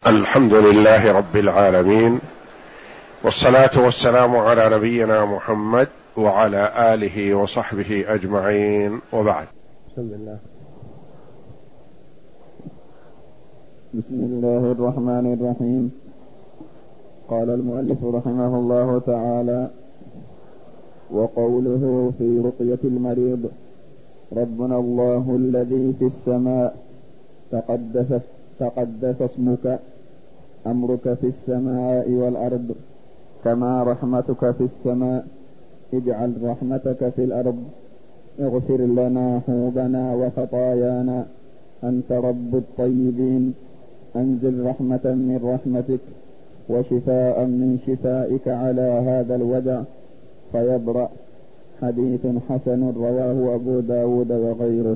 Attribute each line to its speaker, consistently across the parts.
Speaker 1: الحمد لله رب العالمين، والصلاة والسلام على نبينا محمد وعلى آله وصحبه أجمعين، وبعد.
Speaker 2: بسم الله الرحمن الرحيم. قال المؤلف رحمه الله تعالى: وقوله في رقية المريض: ربنا الله الذي في السماء تقدس اسمك، أمرك في السماء والأرض، كما رحمتك في السماء، اجعل رحمتك في الأرض، اغفر لنا حوبنا وخطايانا، أنت رب الطيبين، أنزل رحمة من رحمتك وشفاء من شفائك على هذا الوجع فيبرأ. حديث حسن رواه أبو داود وغيره.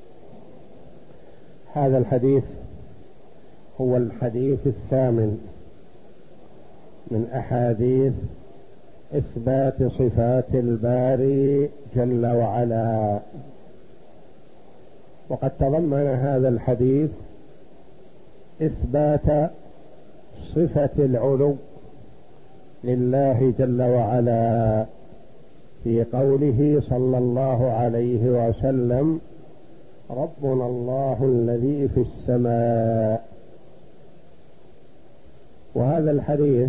Speaker 3: هذا الحديث هو الحديث الثامن من أحاديث إثبات صفات الباري جل وعلا، وقد تضمن هذا الحديث إثبات صفة العلو لله جل وعلا في قوله صلى الله عليه وسلم: ربنا الله الذي في السماء. وهذا الحديث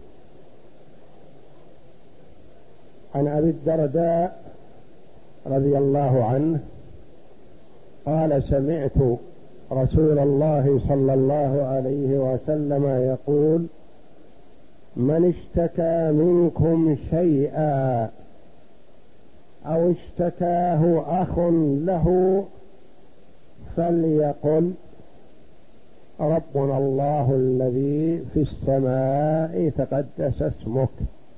Speaker 3: عن أبي الدرداء رضي الله عنه قال: سمعت رسول الله صلى الله عليه وسلم يقول: من اشتكى منكم شيئا أو اشتكاه أخ له فليقل: ربنا الله الذي في السماء تقدس اسمك.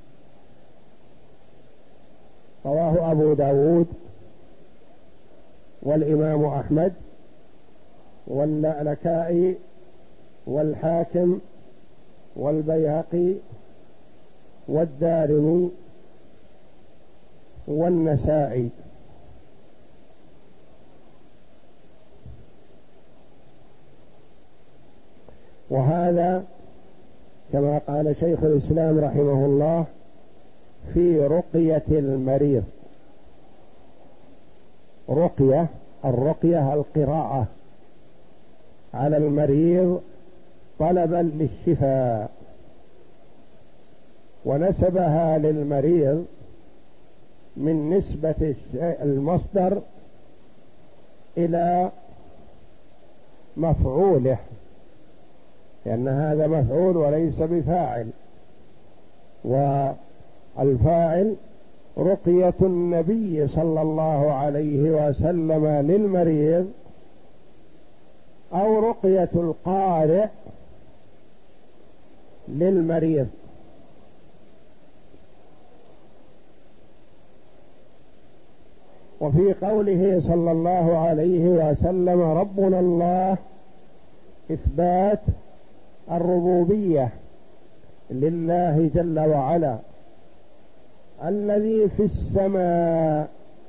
Speaker 3: رواه أبو داود والإمام أحمد واللألكائي والحاكم والبيهقي والدارمي والنسائي. وهذا كما قال شيخ الإسلام رحمه الله في رقية المريض. الرقية القراءة على المريض طلبا للشفاء، ونسبها للمريض من نسبة المصدر إلى مفعوله، لأن هذا مفعول وليس بفاعل، والفاعل رقية النبي صلى الله عليه وسلم للمريض، أو رقية القارئ للمريض. وفي قوله صلى الله عليه وسلم ربنا الله إثبات الربوبية لله جل وعلا الذي في السماء.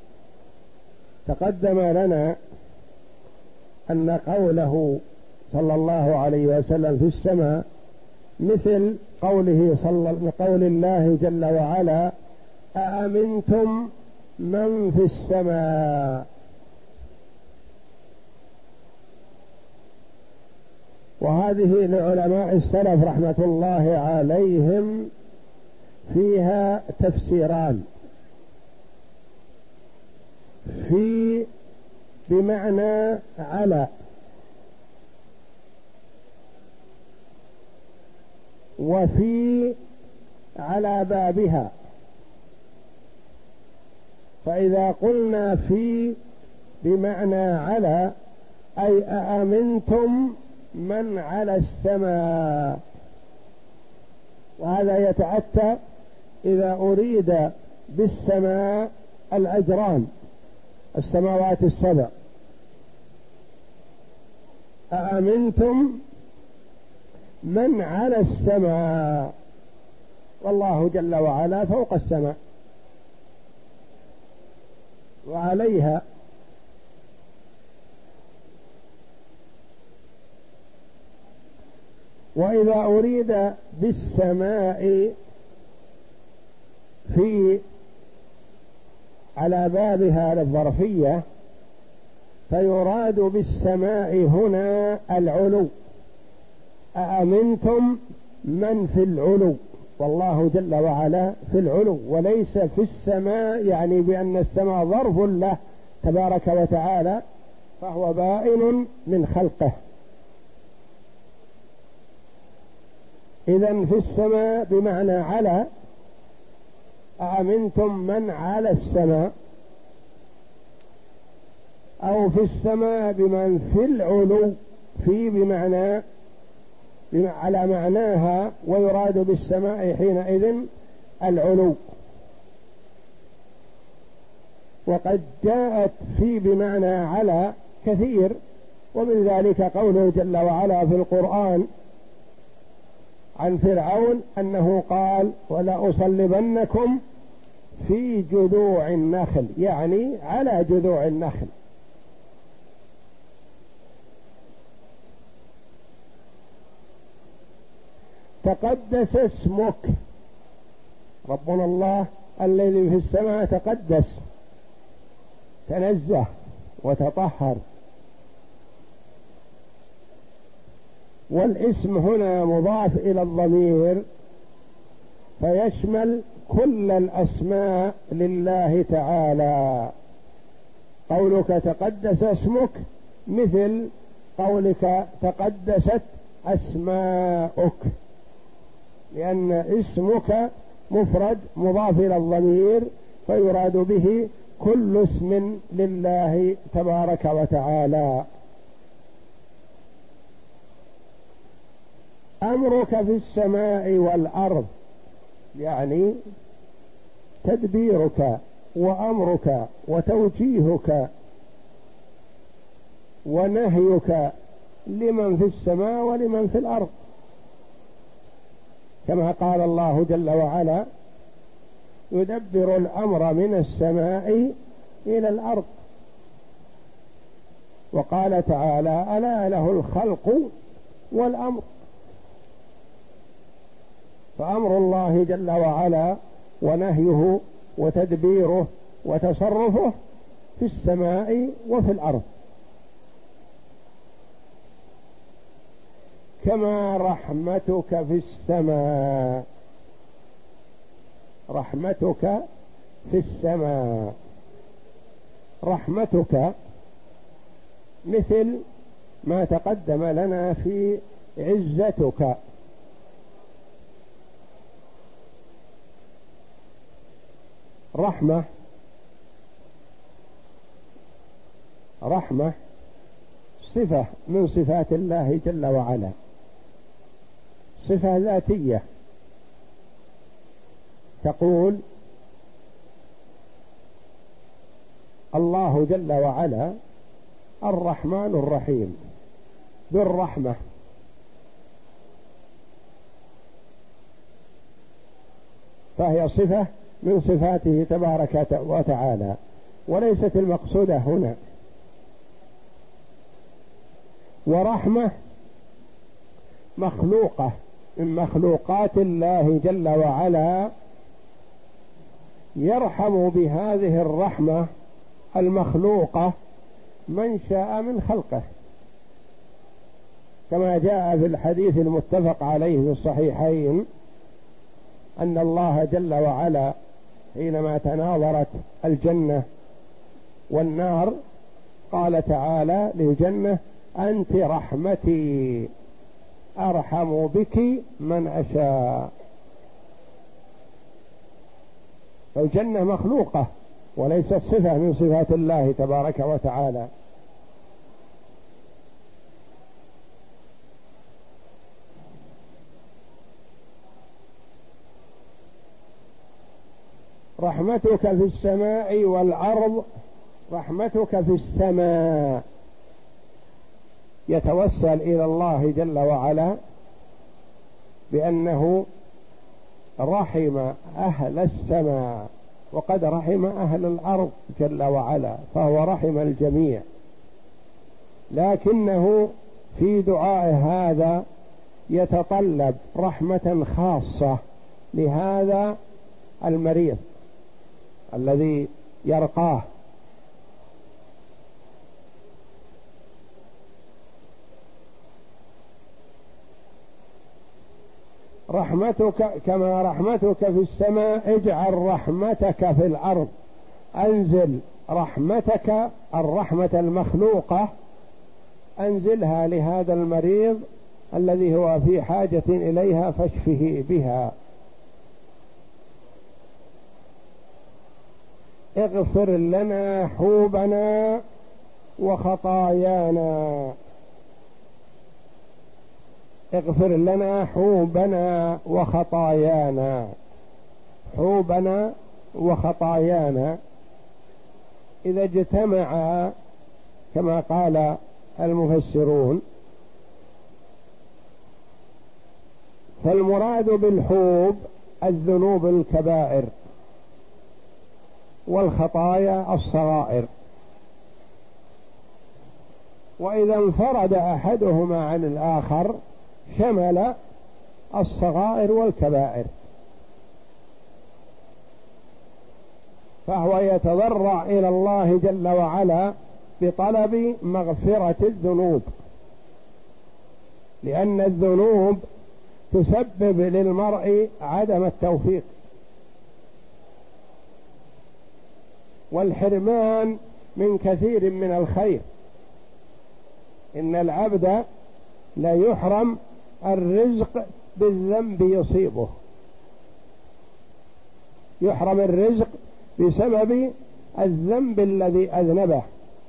Speaker 3: تقدم لنا أن قوله صلى الله عليه وسلم في السماء مثل قول الله جل وعلا: أأمنتم من في السماء. وهذه لعلماء السلف رحمة الله عليهم فيها تفسيران: في بمعنى على، وفي على بابها. فإذا قلنا في بمعنى على أي أأمنتم من على السماء، وهذا يتأتى إذا أريد بالسماء الأجرام، السماوات السبع. أأمنتم من على السماء، والله جل وعلا فوق السماء وعليها. وإذا أريد بالسماء في على بابها للظرفية فيراد بالسماء هنا العلو، أأمنتم من في العلو، والله جل وعلا في العلو وليس في السماء، يعني بأن السماء ظرف له تبارك وتعالى فهو بائن من خلقه. إذن في السماء بمعنى على، أأمنتم من على السماء، أو في السماء بمن في العلو، في بمعنى على معناها، ويراد بالسماء حينئذ العلو. وقد جاءت في بمعنى على كثير، ومن ذلك قوله جل وعلا في القرآن عن فرعون أنه قال ولأصلبنكم في جذوع النخل، يعني على جذوع النخل. تقدس اسمك، ربنا الله الذي في السماء تقدس، تنزه وتطهر. والاسم هنا مضاف إلى الضمير فيشمل كل الأسماء لله تعالى. قولك تقدس اسمك مثل قولك تقدست أسماؤك، لأن اسمك مفرد مضاف إلى الضمير فيراد به كل اسم لله تبارك وتعالى. أمرك في السماء والأرض، يعني تدبيرك وأمرك وتوجيهك ونهيك لمن في السماء ولمن في الأرض، كما قال الله جل وعلا يدبر الأمر من السماء إلى الأرض. وقال تعالى ألا له الخلق والأمر، فأمر الله جل وعلا ونهيه وتدبيره وتصرفه في السماء وفي الأرض. كما رحمتك في السماء، رحمتك في السماء، رحمتك مثل ما تقدم لنا في عزتك. رحمة صفة من صفات الله جل وعلا، صفة ذاتية، تقول الله جل وعلا الرحمن الرحيم بالرحمة، فهي صفة من صفاته تبارك وتعالى وليست المقصودة هنا. ورحمة مخلوقة من مخلوقات الله جل وعلا، يرحم بهذه الرحمة المخلوقة من شاء من خلقه، كما جاء في الحديث المتفق عليه في الصحيحين أن الله جل وعلا حينما تناظرت الجنة والنار قال تعالى للجنة أنت رحمتي أرحم بك من أشاء. فالجنة مخلوقة وليست صفة من صفات الله تبارك وتعالى. رحمتك في السماء والأرض، رحمتك في السماء يتوسل إلى الله جل وعلا بأنه رحم أهل السماء وقد رحم أهل الأرض جل وعلا، فهو رحم الجميع، لكنه في دعاء هذا يتطلب رحمة خاصة لهذا المريض الذي يرقاه، رحمتك كما رحمتك في السماء اجعل رحمتك في الأرض، أنزل رحمتك الرحمة المخلوقة أنزلها لهذا المريض الذي هو في حاجة إليها فاشفه بها. اغفر لنا حوبنا وخطايانا، اغفر لنا حوبنا وخطايانا. حوبنا وخطايانا إذا اجتمعا كما قال المفسرون فالمراد بالحوب الذنوب الكبائر والخطايا الصغائر، وإذا انفرد أحدهما عن الآخر شمل الصغائر والكبائر، فهو يتضرع إلى الله جل وعلا بطلب مغفرة الذنوب، لأن الذنوب تسبب للمرء عدم التوفيق والحرمان من كثير من الخير. إن العبد لا يحرم الرزق بالذنب يصيبه، يحرم الرزق بسبب الذنب الذي أذنبه،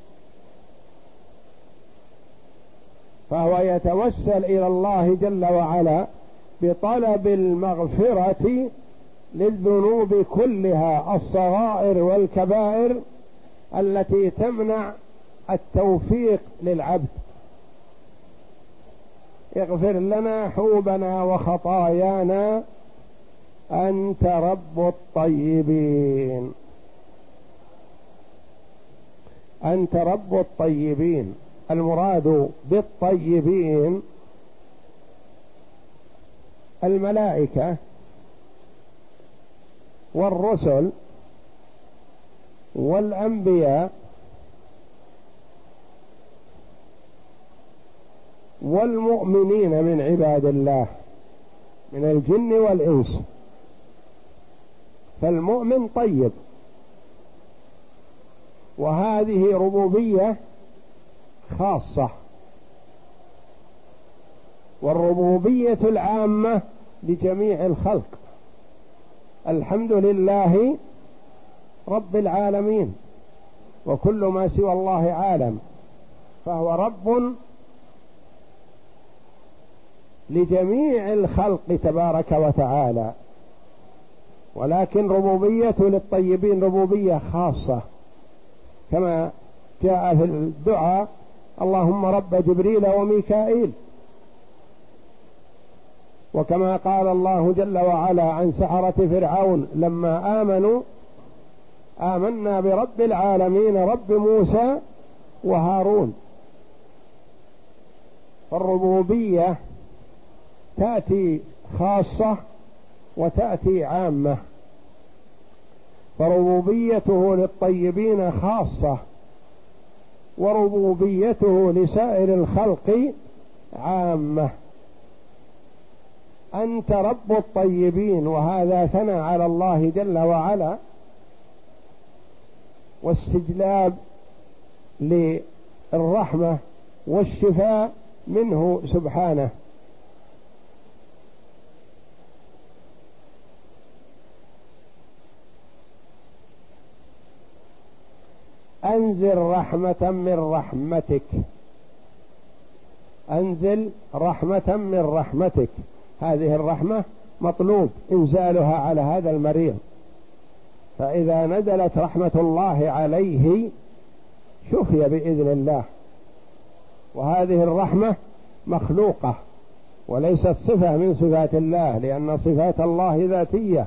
Speaker 3: فهو يتوسل إلى الله جل وعلا بطلب المغفرة للذنوب كلها الصغائر والكبائر التي تمنع التوفيق للعبد. اغفر لنا حوبنا وخطايانا أنت رب الطيبين، أنت رب الطيبين. المراد بالطيبين الملائكة والرسل والأنبياء والمؤمنين من عباد الله من الجن والإنس. فالمؤمن طيب، وهذه ربوبية خاصة، والربوبية العامة لجميع الخلق. الحمد لله رب العالمين، وكل ما سوى الله عالم، فهو رب لجميع الخلق تبارك وتعالى، ولكن ربوبيته للطيبين ربوبية خاصة، كما جاء في الدعاء اللهم رب جبريل وميكائيل، وكما قال الله جل وعلا عن سحرة فرعون لما آمنوا آمنا برب العالمين رب موسى وهارون. فالربوبية تأتي خاصة وتأتي عامة، فربوبيته للطيبين خاصة، وربوبيته لسائر الخلق عامة. أنت رب الطيبين، وهذا ثنى على الله جل وعلا واستجلاب للرحمة والشفاء منه سبحانه. أنزل رحمة من رحمتك، أنزل رحمة من رحمتك. هذه الرحمة مطلوب إنزالها على هذا المريض، فإذا نزلت رحمة الله عليه شفي بإذن الله. وهذه الرحمة مخلوقة وليست صفة من صفات الله، لأن صفات الله ذاتية،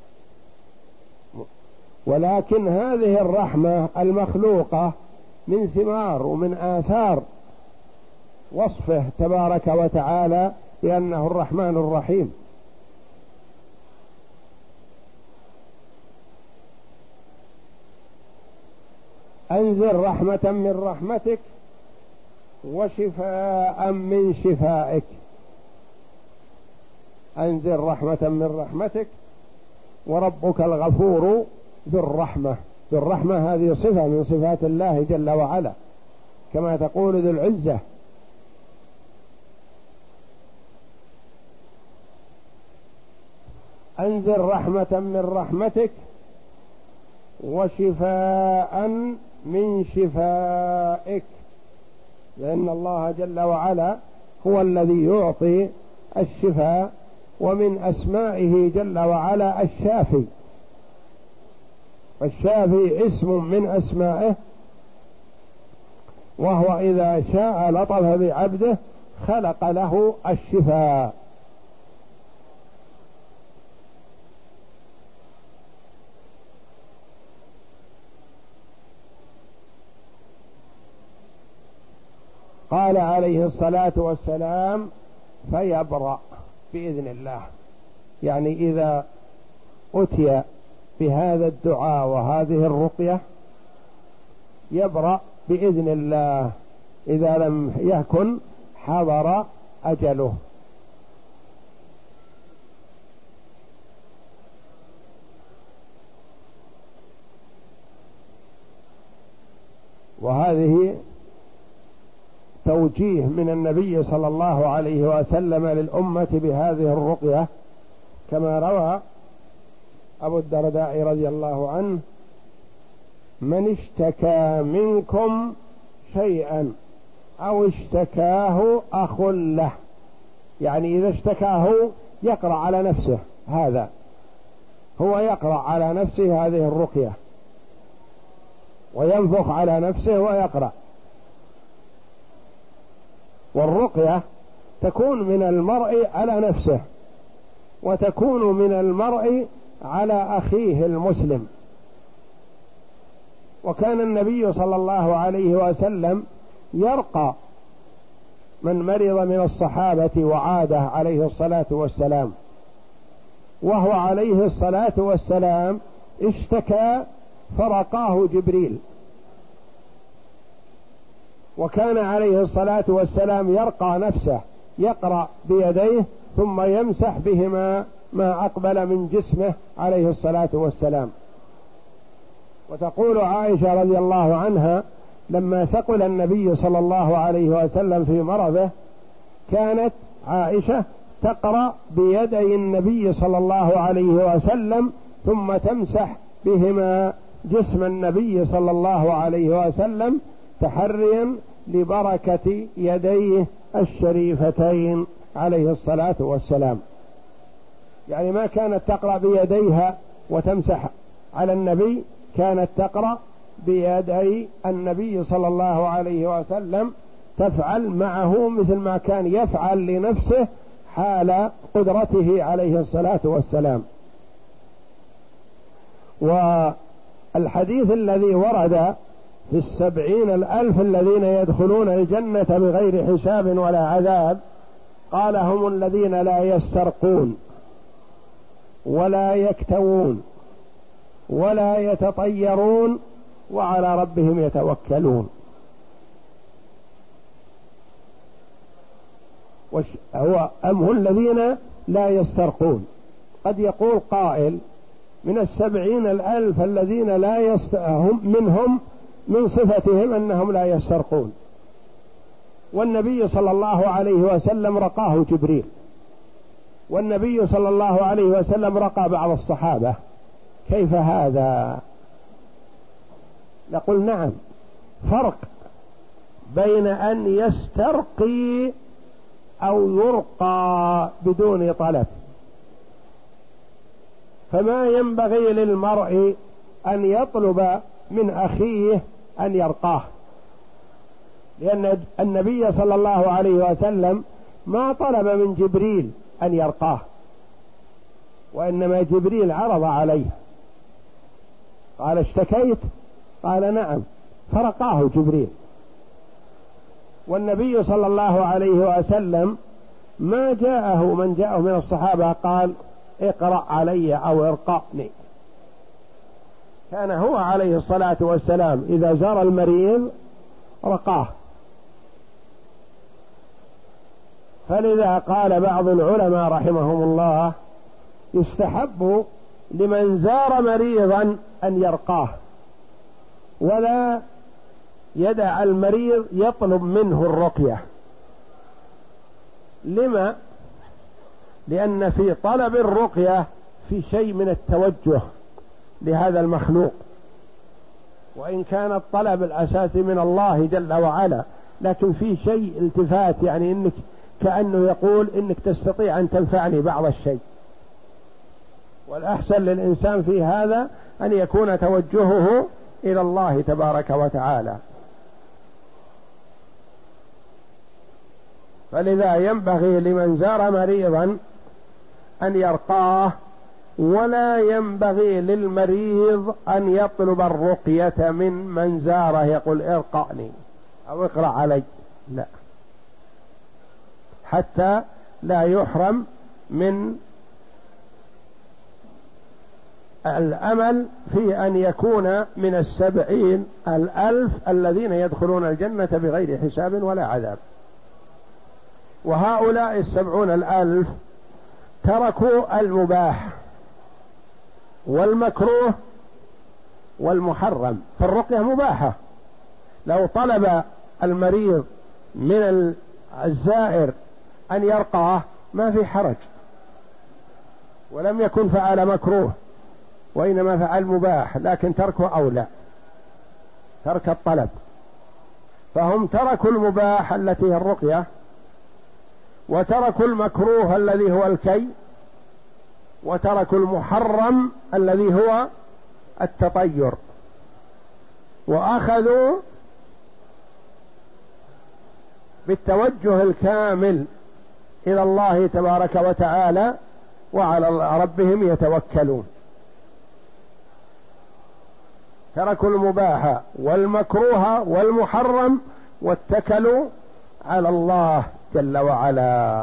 Speaker 3: ولكن هذه الرحمة المخلوقة من ثمار ومن آثار وصفه تبارك وتعالى لأنه الرحمن الرحيم. أنزل رحمة من رحمتك وشفاء من شفائك. أنزل رحمة من رحمتك، وربك الغفور ذو الرحمة. ذو الرحمة هذه صفة من صفات الله جل وعلا، كما تقول ذو العزة. أنزل رحمة من رحمتك وشفاء من شفائك، لأن الله جل وعلا هو الذي يعطي الشفاء، ومن أسمائه جل وعلا الشافي. الشافي اسم من أسمائه، وهو إذا شاء لطف بعبده خلق له الشفاء. قال عليه الصلاة والسلام: فيبرأ بإذن الله. يعني إذا أتي بهذا الدعاء وهذه الرقية يبرأ بإذن الله، إذا لم يكن حضر أجله. وهذه توجيه من النبي صلى الله عليه وسلم للأمة بهذه الرقية، كما روى أبو الدرداء رضي الله عنه: من اشتكى منكم شيئا أو اشتكاه أخ له. يعني إذا اشتكاه يقرأ على نفسه، هذا هو يقرأ على نفسه هذه الرقية، وينفخ على نفسه ويقرأ. والرقية تكون من المرء على نفسه، وتكون من المرء على أخيه المسلم. وكان النبي صلى الله عليه وسلم يرقى من مرض من الصحابة وعاده عليه الصلاة والسلام، وهو عليه الصلاة والسلام اشتكى فرقاه جبريل. وكان عليه الصلاة والسلام يرقى نفسه، يقرأ بيديه ثم يمسح بهما ما أقبل من جسمه عليه الصلاة والسلام. وتقول عائشة رضي الله عنها: لما ثقل النبي صلى الله عليه وسلم في مرضه كانت عائشة تقرأ بيدي النبي صلى الله عليه وسلم ثم تمسح بهما جسم النبي صلى الله عليه وسلم، تحريا لبركة يديه الشريفتين عليه الصلاة والسلام. يعني ما كانت تقرأ بيديها وتمسح على النبي، كانت تقرأ بيدي النبي صلى الله عليه وسلم، تفعل معه مثل ما كان يفعل لنفسه حال قدرته عليه الصلاة والسلام. والحديث الذي ورد في 70,000 الذين يدخلون الجنة بغير حساب ولا عذاب، قال: هم الذين لا يسترقون ولا يكتوون ولا يتطيرون وعلى ربهم يتوكلون. هم الذين لا يسترقون. قد يقول قائل: من 70,000 الذين لا هم منهم من صفتهم أنهم لا يسترقون، والنبي صلى الله عليه وسلم رقاه جبريل، والنبي صلى الله عليه وسلم رقى بعض الصحابة، كيف هذا؟ نقول: نعم، فرق بين أن يسترقي أو يرقى بدون طلب. فما ينبغي للمرء أن يطلب من أخيه أن يرقاه، لأن النبي صلى الله عليه وسلم ما طلب من جبريل أن يرقاه، وإنما جبريل عرض عليه، قال: اشتكيت؟ قال: نعم، فرقاه جبريل. والنبي صلى الله عليه وسلم ما جاءه من جاءه من الصحابة قال اقرأ علي أو ارقأني، كان هو عليه الصلاة والسلام إذا زار المريض رقاه. فلذا قال بعض العلماء رحمهم الله يستحب لمن زار مريضا أن يرقاه، ولا يدع المريض يطلب منه الرقية. لما؟ لأن في طلب الرقية في شيء من التوجه لهذا المخلوق، وإن كان الطلب الأساسي من الله جل وعلا، لكن في شيء التفات، يعني إنك كأنه يقول إنك تستطيع أن تنفعني بعض الشيء. والأحسن للإنسان في هذا أن يكون توجهه إلى الله تبارك وتعالى. فلذا ينبغي لمن زار مريضا أن يرقاه، ولا ينبغي للمريض أن يطلب الرقية من زاره، يقول ارقأني أو اقرأ علي، لا، حتى لا يحرم من الأمل في أن يكون من 70,000 الذين يدخلون الجنة بغير حساب ولا عذاب. وهؤلاء 70,000 تركوا المباح والمكروه والمحرم، فالرقية مباحة. لو طلب المريض من الزائر أن يرقاه ما في حرج، ولم يكن فعل مكروه وإنما فعل مباح، لكن تركه أولى، ترك الطلب. فهم تركوا المباح التي هي الرقية، وتركوا المكروه الذي هو الكي، وتركوا المحرم الذي هو التطير، وأخذوا بالتوجه الكامل إلى الله تبارك وتعالى، وعلى ربهم يتوكلون. تركوا المباح والمكروه والمحرم واتكلوا على الله جل وعلا.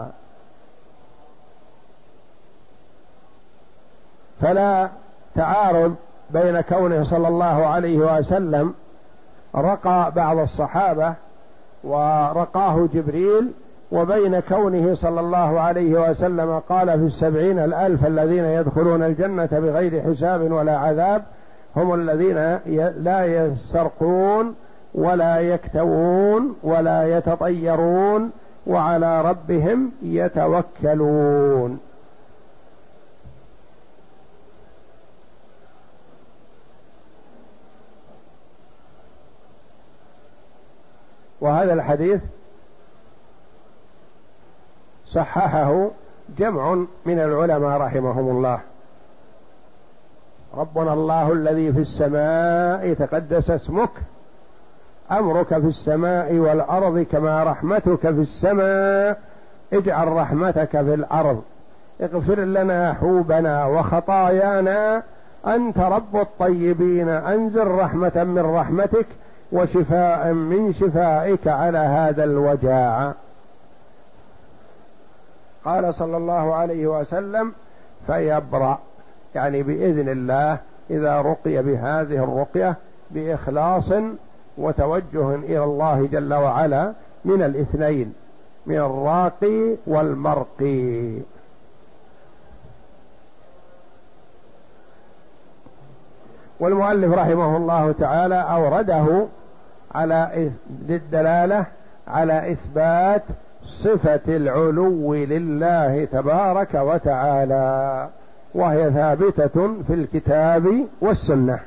Speaker 3: فلا تعارض بين كونه صلى الله عليه وسلم رقى بعض الصحابة ورقاه جبريل، وبين كونه صلى الله عليه وسلم قال في 70,000 الذين يدخلون الجنة بغير حساب ولا عذاب هم الذين لا يسترقون ولا يكتوون ولا يتطيرون وعلى ربهم يتوكلون. وهذا الحديث صححه جمع من العلماء رحمهم الله. ربنا الله الذي في السماء تقدس اسمك، أمرك في السماء والأرض كما رحمتك في السماء، اجعل رحمتك في الأرض، اغفر لنا حوبنا وخطايانا، أنت رب الطيبين، أنزل رحمة من رحمتك وشفاء من شفائك على هذا الوجاع. قال صلى الله عليه وسلم فيبرأ، يعني بإذن الله إذا رقي بهذه الرقية بإخلاص وتوجه إلى الله جل وعلا من الاثنين، من الراقي والمرقي. والمؤلف رحمه الله تعالى أورده على للدلالة على إثبات صفة العلو لله تبارك وتعالى، وهي ثابتة في الكتاب والسنة.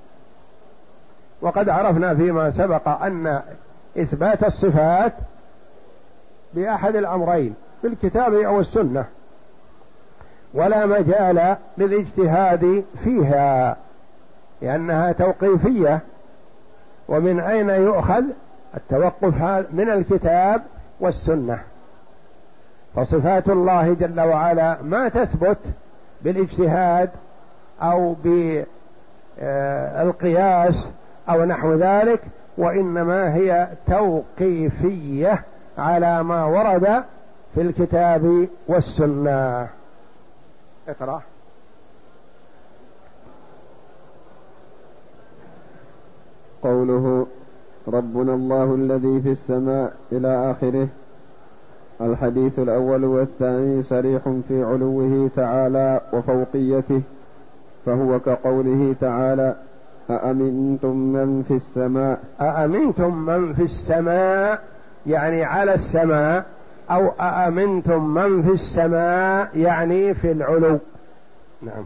Speaker 3: وقد عرفنا فيما سبق أن إثبات الصفات بأحد الأمرين، في الكتاب أو السنة، ولا مجال للاجتهاد فيها لأنها توقيفية. ومن أين يؤخذ التوقف؟ من الكتاب والسنة. فصفات الله جل وعلا ما تثبت بالاجتهاد أو بالقياس أو نحو ذلك، وإنما هي توقيفية على ما ورد في الكتاب والسنة. اقرأ.
Speaker 2: قوله ربنا الله الذي في السماء إلى آخره. الحديث الأول والثاني صريح في علوه تعالى وفوقيته، فهو كقوله تعالى أأمنتم من في السماء.
Speaker 3: أأمنتم من في السماء يعني على السماء، أو أأمنتم من في السماء يعني في العلو. نعم.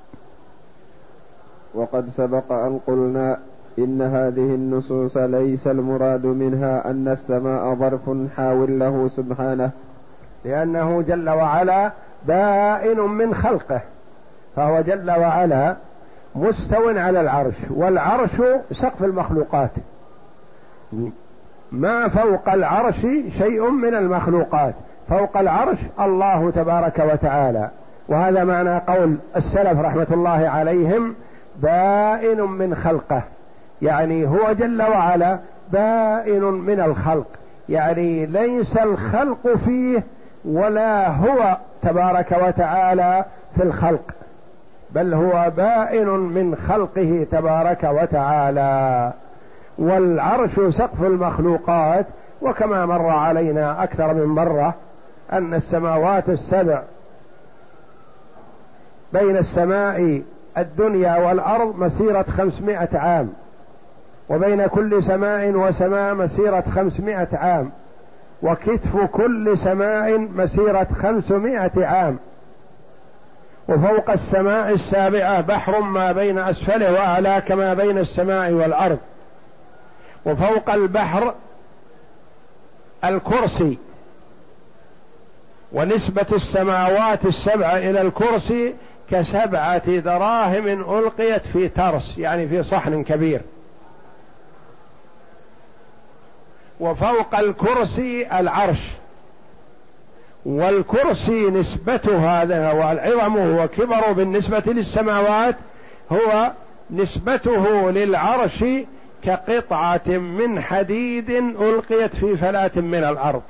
Speaker 2: وقد سبق أن قلنا إن هذه النصوص ليس المراد منها أن السماء ظرف حاول له سبحانه،
Speaker 3: لأنه جل وعلا بائن من خلقه، فهو جل وعلا مستو على العرش، والعرش سقف المخلوقات، ما فوق العرش شيء من المخلوقات، فوق العرش الله تبارك وتعالى. وهذا معنى قول السلف رحمة الله عليهم بائن من خلقه، يعني هو جل وعلا بائن من الخلق، يعني ليس الخلق فيه ولا هو تبارك وتعالى في الخلق، بل هو بائن من خلقه تبارك وتعالى. والعرش سقف المخلوقات، وكما مر علينا أكثر من مرة أن السماوات السبع بين السماء الدنيا والأرض مسيرة 500 عام، وبين كل سماء وسماء مسيرة 500 عام، وكتف كل سماء مسيرة 500 عام، وفوق السماء السابعة بحر ما بين أسفله وأعلاه كما بين السماء والأرض، وفوق البحر الكرسي، ونسبة السماوات السبع إلى الكرسي ك7 دراهم ألقيت في ترس، يعني في صحن كبير. وفوق الكرسي العرش، والكرسي نسبته هذا والعظم وكبره بالنسبة للسماوات هو نسبته للعرش كقطعة من حديد ألقيت في فلاة من الأرض.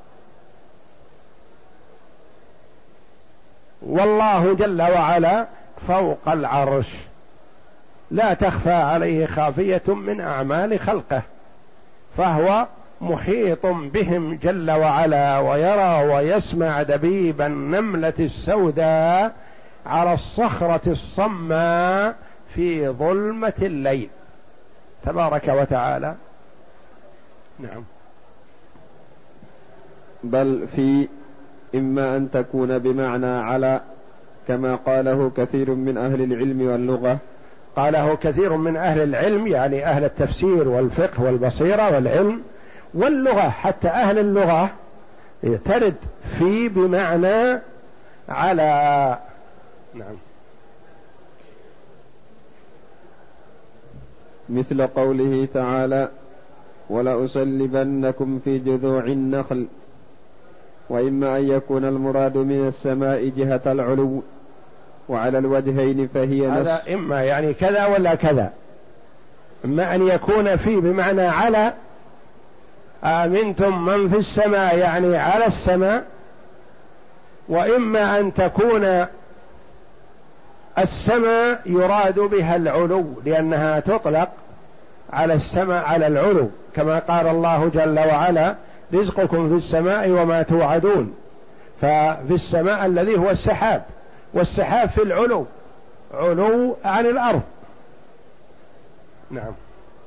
Speaker 3: والله جل وعلا فوق العرش لا تخفى عليه خافية من أعمال خلقه، فهو محيط بهم جل وعلا، ويرى ويسمع دبيب النملة السوداء على الصخرة الصماء في ظلمة الليل تبارك وتعالى. نعم.
Speaker 2: بل في إما أن تكون بمعنى على، كما قاله كثير من أهل العلم واللغة.
Speaker 3: قاله كثير من أهل العلم يعني أهل التفسير والفقه والبصيرة والعلم واللغة، حتى أهل اللغة ترد في بمعنى على. نعم.
Speaker 2: مثل قوله تعالى ولأصلبنكم في جذوع النخل. وإما أن يكون المراد من السماء جهة العلو، وعلى الوجهين فهي نص.
Speaker 3: هذا إما يعني كذا ولا كذا، إما أن يكون فيه بمعنى على، آمنتم من في السماء يعني على السماء، وإما أن تكون السماء يراد بها العلو، لأنها تطلق على السماء على العلو، كما قال الله جل وعلا رزقكم في السماء وما توعدون. ففي السماء الذي هو السحاب، والسحاب في العلو، علو عن الأرض. نعم.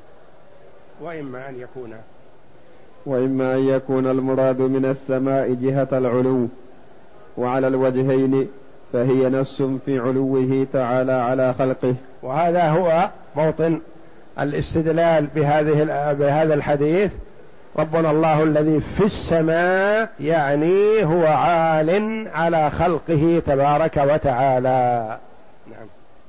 Speaker 3: وإما أن يكون
Speaker 2: المراد من السماء جهة العلو، وعلى الوجهين فهي نص في علوه تعالى على خلقه.
Speaker 3: وهذا هو موطن الاستدلال بهذا الحديث. ربنا الله الذي في السماء يعني هو عال على خلقه تبارك وتعالى. نعم.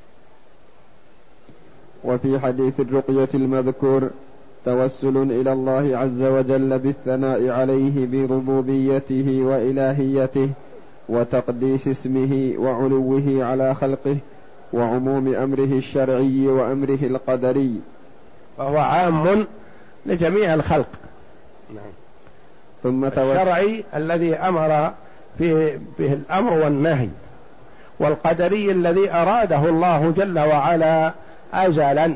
Speaker 2: وفي حديث الرقية المذكور توسل إلى الله عز وجل بالثناء عليه بربوبيته وإلهيته وتقديس اسمه وعلوه على خلقه وعموم أمره الشرعي وأمره القدري،
Speaker 3: فهو عام لجميع الخلق. نعم. الشرعي الذي أمر به الأمر والنهي، والقدري الذي أراده الله جل وعلا أزلا.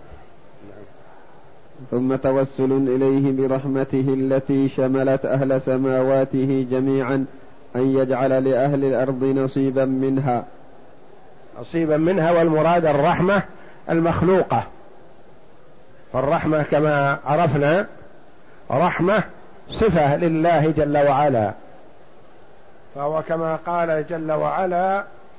Speaker 2: ثم توسل إليه برحمته التي شملت أهل سماواته جميعا أن يجعل لأهل الأرض نصيبا منها، والمراد الرحمة المخلوقة. فالرحمة كما عرفنا رحمة صفة لله جل وعلا، فهو كما قال جل وعلا: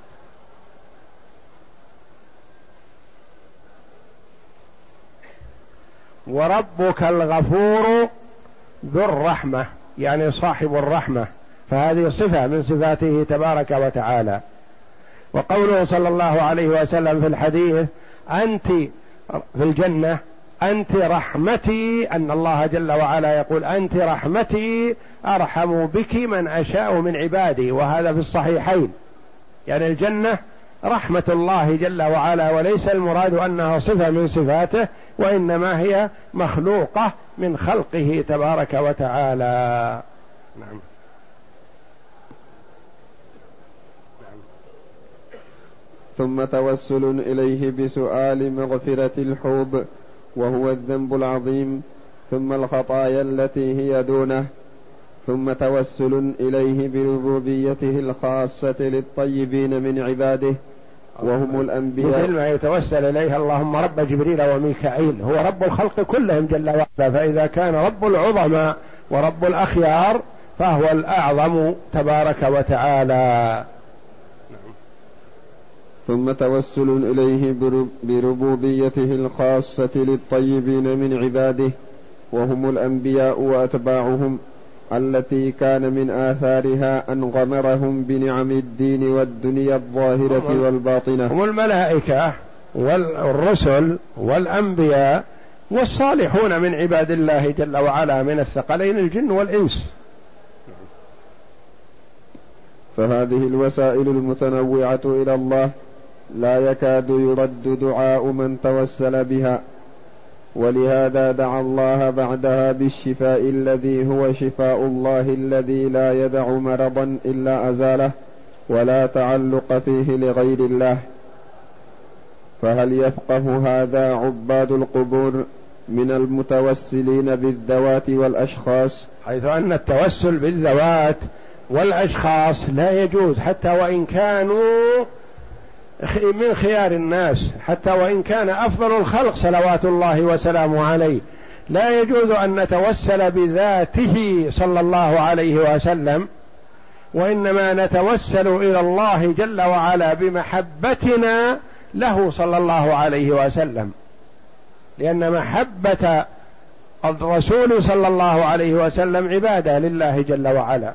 Speaker 2: وربك الغفور ذو الرحمة، يعني صاحب الرحمة، فهذه صفة من صفاته تبارك وتعالى. وقوله صلى الله عليه وسلم في الحديث: أنت في الجنة أنت رحمتي، أن الله جل وعلا يقول: أنت رحمتي أرحم بك من أشاء من عبادي، وهذا في الصحيحين. يعني الجنة رحمة الله جل وعلا، وليس المراد أنها صفة من صفاته، وإنما هي مخلوقة من خلقه تبارك وتعالى. نعم. ثم توسل إليه بسؤال مغفرة الحوب وهو الذنب العظيم، ثم الخطايا التي هي دونه، ثم توسل إليه بربوبيته الخاصة للطيبين من عباده وهم الأنبياء،
Speaker 3: مثل ما يتوسل إليه اللهم رب جبريل وميكائيل، هو رب الخلق كلهم جل وعلا، فإذا كان رب العظماء ورب الأخيار فهو الأعظم تبارك وتعالى.
Speaker 2: ثم توسل إليه بربوبيته الخاصة للطيبين من عباده وهم الأنبياء وأتباعهم، التي كان من آثارها أن غمرهم بنعم الدين والدنيا الظاهرة والباطنة،
Speaker 3: هم الملائكة والرسل والأنبياء والصالحون من عباد الله جل وعلا من الثقلين الجن والإنس.
Speaker 2: فهذه الوسائل المتنوعة إلى الله لا يكاد يرد دعاء من توسل بها، ولهذا دعا الله بعدها بالشفاء الذي هو شفاء الله الذي لا يدع مرضا إلا أزاله ولا تعلق فيه لغير الله. فهل يفقه هذا عباد القبور من المتوسلين بالذوات والأشخاص؟
Speaker 3: حيث أن التوسل بالذوات والأشخاص لا يجوز، حتى وإن كانوا من خيار الناس، حتى وإن كان أفضل الخلق صلوات الله وسلامه عليه، لا يجوز أن نتوسل بذاته صلى الله عليه وسلم، وإنما نتوسل إلى الله جل وعلا بمحبتنا له صلى الله عليه وسلم، لأن محبة الرسول صلى الله عليه وسلم عبادة لله جل وعلا.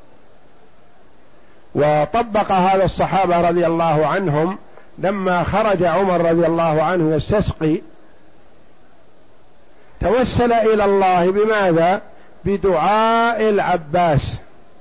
Speaker 3: وطبق هذا الصحابة رضي الله عنهم لما خرج عمر رضي الله عنه يستسقي، توسل إلى الله بماذا؟ بدعاء العباس.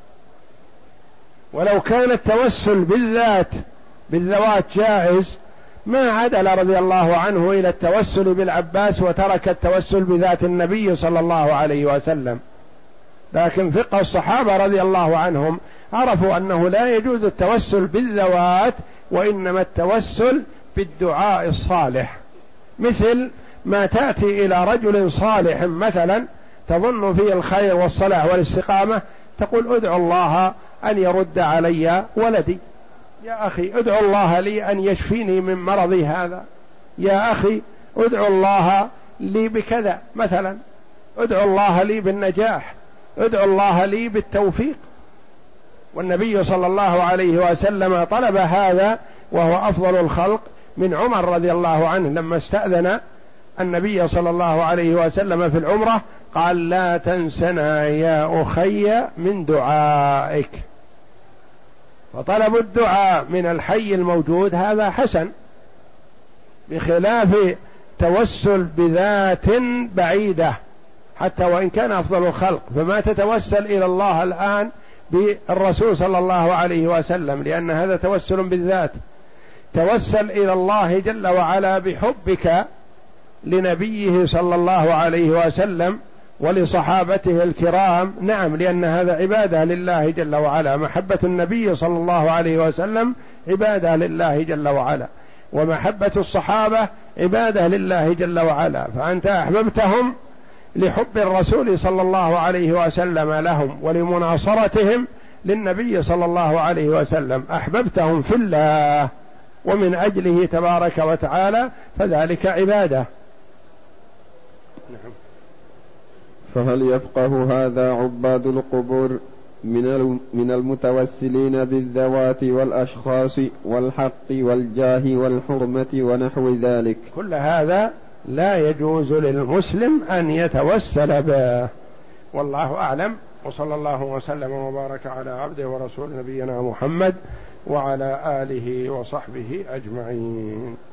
Speaker 3: ولو كان التوسل بالذوات جائز ما عدل رضي الله عنه إلى التوسل بالعباس وترك التوسل بذات النبي صلى الله عليه وسلم. لكن فقه الصحابة رضي الله عنهم عرفوا أنه لا يجوز التوسل بالذوات، وإنما التوسل بالدعاء الصالح، مثل ما تأتي إلى رجل صالح مثلا تظن فيه الخير والصلاح والاستقامة، تقول: ادعو الله أن يرد علي ولدي، يا أخي ادعو الله لي أن يشفيني من مرضي هذا، يا أخي ادعو الله لي بكذا مثلا، ادعو الله لي بالنجاح، ادعو الله لي بالتوفيق. والنبي صلى الله عليه وسلم طلب هذا وهو أفضل الخلق من عمر رضي الله عنه، لما استأذن النبي صلى الله عليه وسلم في العمرة قال: لا تنسنا يا أخي من دعائك. فطلب الدعاء من الحي الموجود هذا حسن، بخلاف توسل بذات بعيدة حتى وإن كان أفضل الخلق. فما تتوسل إلى الله الآن بالرسول صلى الله عليه وسلم، لأن هذا توسل بالذات. توسل إلى الله جل وعلا بحبك لنبيه صلى الله عليه وسلم ولصحابته الكرام، نعم، لأن هذا عبادة لله جل وعلا. محبة النبي صلى الله عليه وسلم عبادة لله جل وعلا، ومحبة الصحابة عبادة لله جل وعلا. فأنت أحببتهم لحب الرسول صلى الله عليه وسلم لهم ولمناصرتهم للنبي صلى الله عليه وسلم، أحببتهم في الله ومن أجله تبارك وتعالى، فذلك عبادة.
Speaker 2: فهل يفقه هذا عباد القبور من المتوسلين بالذوات والأشخاص والحق والجاه والحرمة ونحو ذلك؟
Speaker 3: كل هذا لا يجوز للمسلم أن يتوسل به، والله أعلم. وصلى الله وسلم وبارك على عبده ورسول نبينا محمد وعلى آله وصحبه أجمعين.